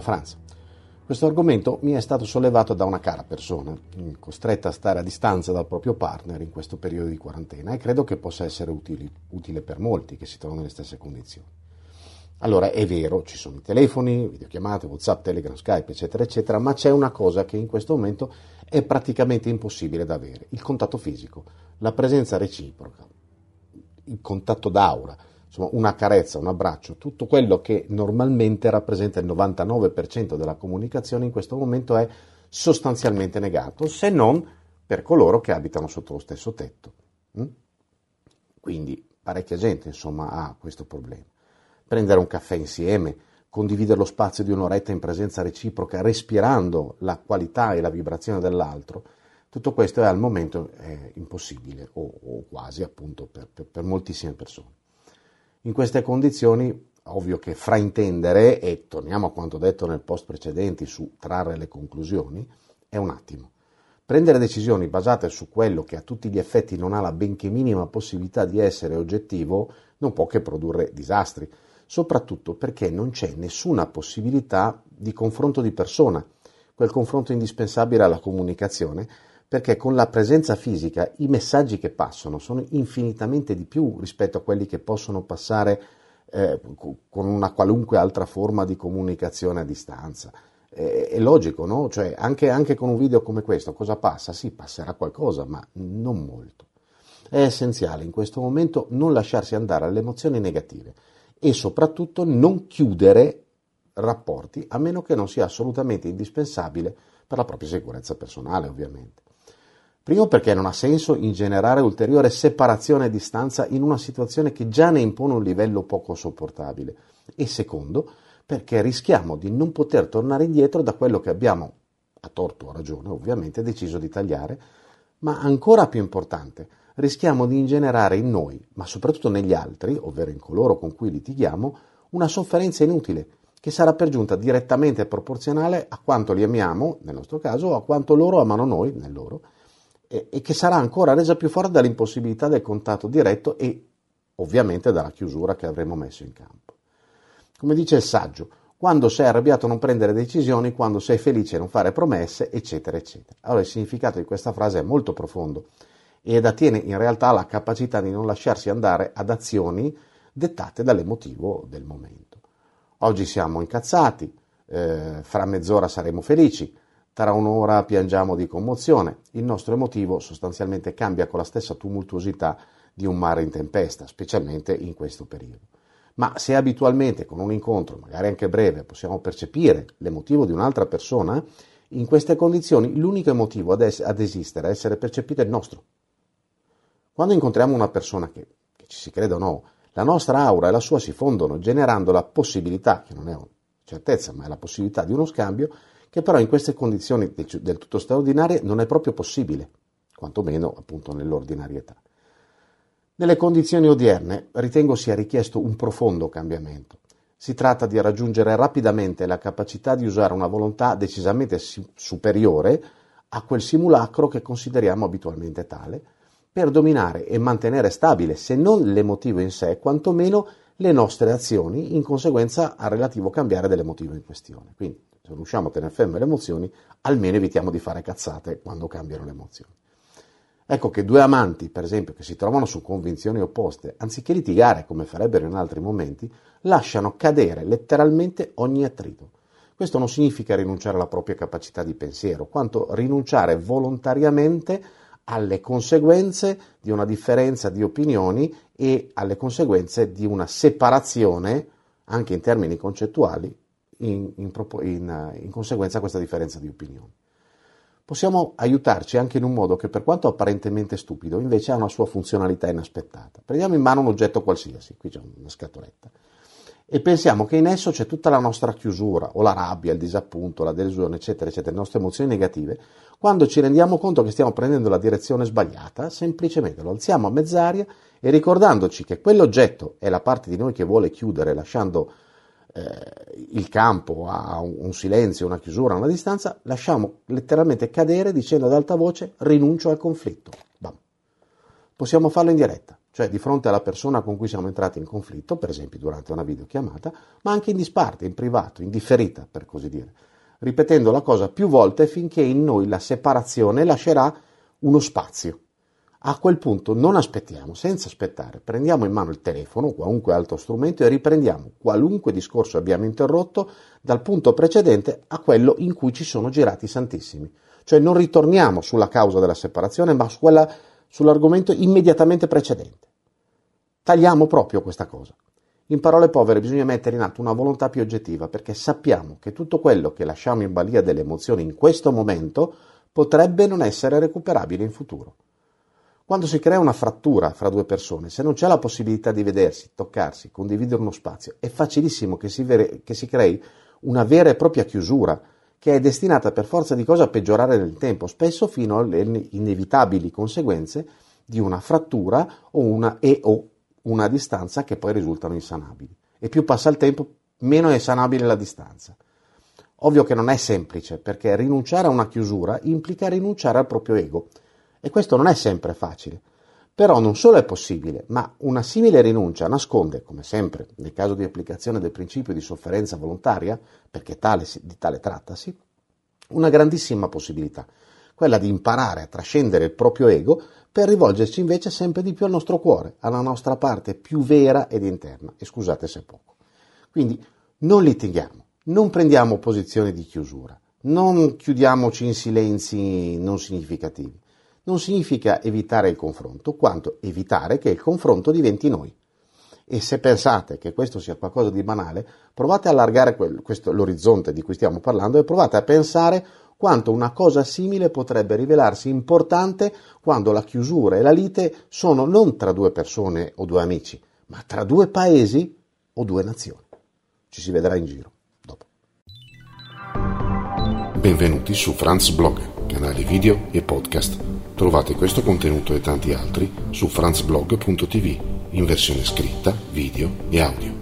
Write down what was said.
la Francia. Questo argomento mi è stato sollevato da una cara persona, costretta a stare a distanza dal proprio partner in questo periodo di quarantena, e credo che possa essere utile per molti che si trovano nelle stesse condizioni. Allora, è vero, ci sono i telefoni, videochiamate, WhatsApp, Telegram, Skype, eccetera, eccetera, ma c'è una cosa che in questo momento è praticamente impossibile da avere: il contatto fisico, la presenza reciproca, il contatto d'aura, insomma una carezza, un abbraccio, tutto quello che normalmente rappresenta il 99% della comunicazione in questo momento è sostanzialmente negato, se non per coloro che abitano sotto lo stesso tetto. Quindi parecchia gente, insomma, ha questo problema. Prendere un caffè insieme, condividere lo spazio di un'oretta in presenza reciproca, respirando la qualità e la vibrazione dell'altro, tutto questo è al momento impossibile, o quasi, appunto, per moltissime persone. In queste condizioni, ovvio che fraintendere, e torniamo a quanto detto nel post precedenti su trarre le conclusioni, è un attimo. Prendere decisioni basate su quello che a tutti gli effetti non ha la benché minima possibilità di essere oggettivo non può che produrre disastri, soprattutto perché non c'è nessuna possibilità di confronto di persona, quel confronto indispensabile alla comunicazione, perché con la presenza fisica i messaggi che passano sono infinitamente di più rispetto a quelli che possono passare con una qualunque altra forma di comunicazione a distanza. È logico, no? Cioè, anche con un video come questo, cosa passa? Sì, passerà qualcosa, ma non molto. È essenziale in questo momento non lasciarsi andare alle emozioni negative e soprattutto non chiudere rapporti, a meno che non sia assolutamente indispensabile per la propria sicurezza personale, ovviamente. Primo, perché non ha senso ingenerare ulteriore separazione e distanza in una situazione che già ne impone un livello poco sopportabile. E secondo, perché rischiamo di non poter tornare indietro da quello che abbiamo, a torto o a ragione ovviamente, deciso di tagliare, ma ancora più importante, rischiamo di ingenerare in noi, ma soprattutto negli altri, ovvero in coloro con cui litighiamo, una sofferenza inutile, che sarà per giunta direttamente proporzionale a quanto li amiamo, nel nostro caso, o a quanto loro amano noi, nel loro, e che sarà ancora resa più forte dall'impossibilità del contatto diretto e ovviamente dalla chiusura che avremo messo in campo. Come dice il saggio, quando sei arrabbiato non prendere decisioni, quando sei felice non fare promesse, eccetera, eccetera. Allora il significato di questa frase è molto profondo ed attiene in realtà alla capacità di non lasciarsi andare ad azioni dettate dall'emotivo del momento. Oggi siamo incazzati, fra mezz'ora saremo felici, tra un'ora piangiamo di commozione. Il nostro emotivo sostanzialmente cambia con la stessa tumultuosità di un mare in tempesta, specialmente in questo periodo. Ma se abitualmente con un incontro, magari anche breve, possiamo percepire l'emotivo di un'altra persona, in queste condizioni l'unico emotivo ad esistere, a essere percepito, è il nostro. Quando incontriamo una persona che ci si creda o no, la nostra aura e la sua si fondono, generando la possibilità, che non è una certezza, ma è la possibilità di uno scambio, che però in queste condizioni del tutto straordinarie non è proprio possibile, quantomeno appunto nell'ordinarietà. Nelle condizioni odierne ritengo sia richiesto un profondo cambiamento. Si tratta di raggiungere rapidamente la capacità di usare una volontà decisamente superiore a quel simulacro che consideriamo abitualmente tale, per dominare e mantenere stabile, se non l'emotivo in sé, quantomeno le nostre azioni in conseguenza al relativo cambiare dell'emotivo in questione. Quindi, se riusciamo a tenere ferme le emozioni, almeno evitiamo di fare cazzate quando cambiano le emozioni. Ecco che due amanti, per esempio, che si trovano su convinzioni opposte, anziché litigare come farebbero in altri momenti, lasciano cadere letteralmente ogni attrito. Questo non significa rinunciare alla propria capacità di pensiero, quanto rinunciare volontariamente alle conseguenze di una differenza di opinioni e alle conseguenze di una separazione, anche in termini concettuali, in conseguenza a questa differenza di opinioni. Possiamo aiutarci anche in un modo che, per quanto apparentemente stupido, invece ha una sua funzionalità inaspettata. Prendiamo in mano un oggetto qualsiasi, qui c'è una scatoletta, e pensiamo che in esso c'è tutta la nostra chiusura, o la rabbia, il disappunto, la delusione, eccetera, eccetera, le nostre emozioni negative. Quando ci rendiamo conto che stiamo prendendo la direzione sbagliata, semplicemente lo alziamo a mezz'aria e, ricordandoci che quell'oggetto è la parte di noi che vuole chiudere, lasciando il campo a un silenzio, una chiusura, una distanza, lasciamo letteralmente cadere dicendo ad alta voce: rinuncio al conflitto. Bam. Possiamo farlo in diretta. cioè di fronte alla persona con cui siamo entrati in conflitto, per esempio durante una videochiamata, ma anche in disparte, in privato, in differita, per così dire, ripetendo la cosa più volte finché in noi la separazione lascerà uno spazio. A quel punto non aspettiamo, senza aspettare, prendiamo in mano il telefono o qualunque altro strumento e riprendiamo qualunque discorso abbiamo interrotto dal punto precedente a quello in cui ci sono girati i santissimi. Cioè non ritorniamo sulla causa della separazione, ma sull'argomento immediatamente precedente. Tagliamo proprio questa cosa. In parole povere bisogna mettere in atto una volontà più oggettiva, perché sappiamo che tutto quello che lasciamo in balia delle emozioni in questo momento potrebbe non essere recuperabile in futuro. Quando si crea una frattura fra due persone, se non c'è la possibilità di vedersi, toccarsi, condividere uno spazio, è facilissimo che si crei una vera e propria chiusura, che è destinata per forza di cosa a peggiorare nel tempo, spesso fino alle inevitabili conseguenze di una frattura o una distanza che poi risultano insanabili. E più passa il tempo, meno è sanabile la distanza. Ovvio che non è semplice, perché rinunciare a una chiusura implica rinunciare al proprio ego. E questo non è sempre facile. Però non solo è possibile, ma una simile rinuncia nasconde, come sempre nel caso di applicazione del principio di sofferenza volontaria, perché di tale trattasi, una grandissima possibilità, quella di imparare a trascendere il proprio ego per rivolgerci invece sempre di più al nostro cuore, alla nostra parte più vera ed interna, e scusate se è poco. Quindi non litighiamo, non prendiamo posizioni di chiusura, non chiudiamoci in silenzi non significativi. Non significa evitare il confronto, quanto evitare che il confronto diventi noi. E se pensate che questo sia qualcosa di banale, provate a allargare l'orizzonte di cui stiamo parlando e provate a pensare quanto una cosa simile potrebbe rivelarsi importante quando la chiusura e la lite sono non tra due persone o due amici, ma tra due paesi o due nazioni. Ci si vedrà in giro dopo. Benvenuti su Franz Blog, canale video e podcast. Trovate questo contenuto e tanti altri su franzblog.tv in versione scritta, video e audio.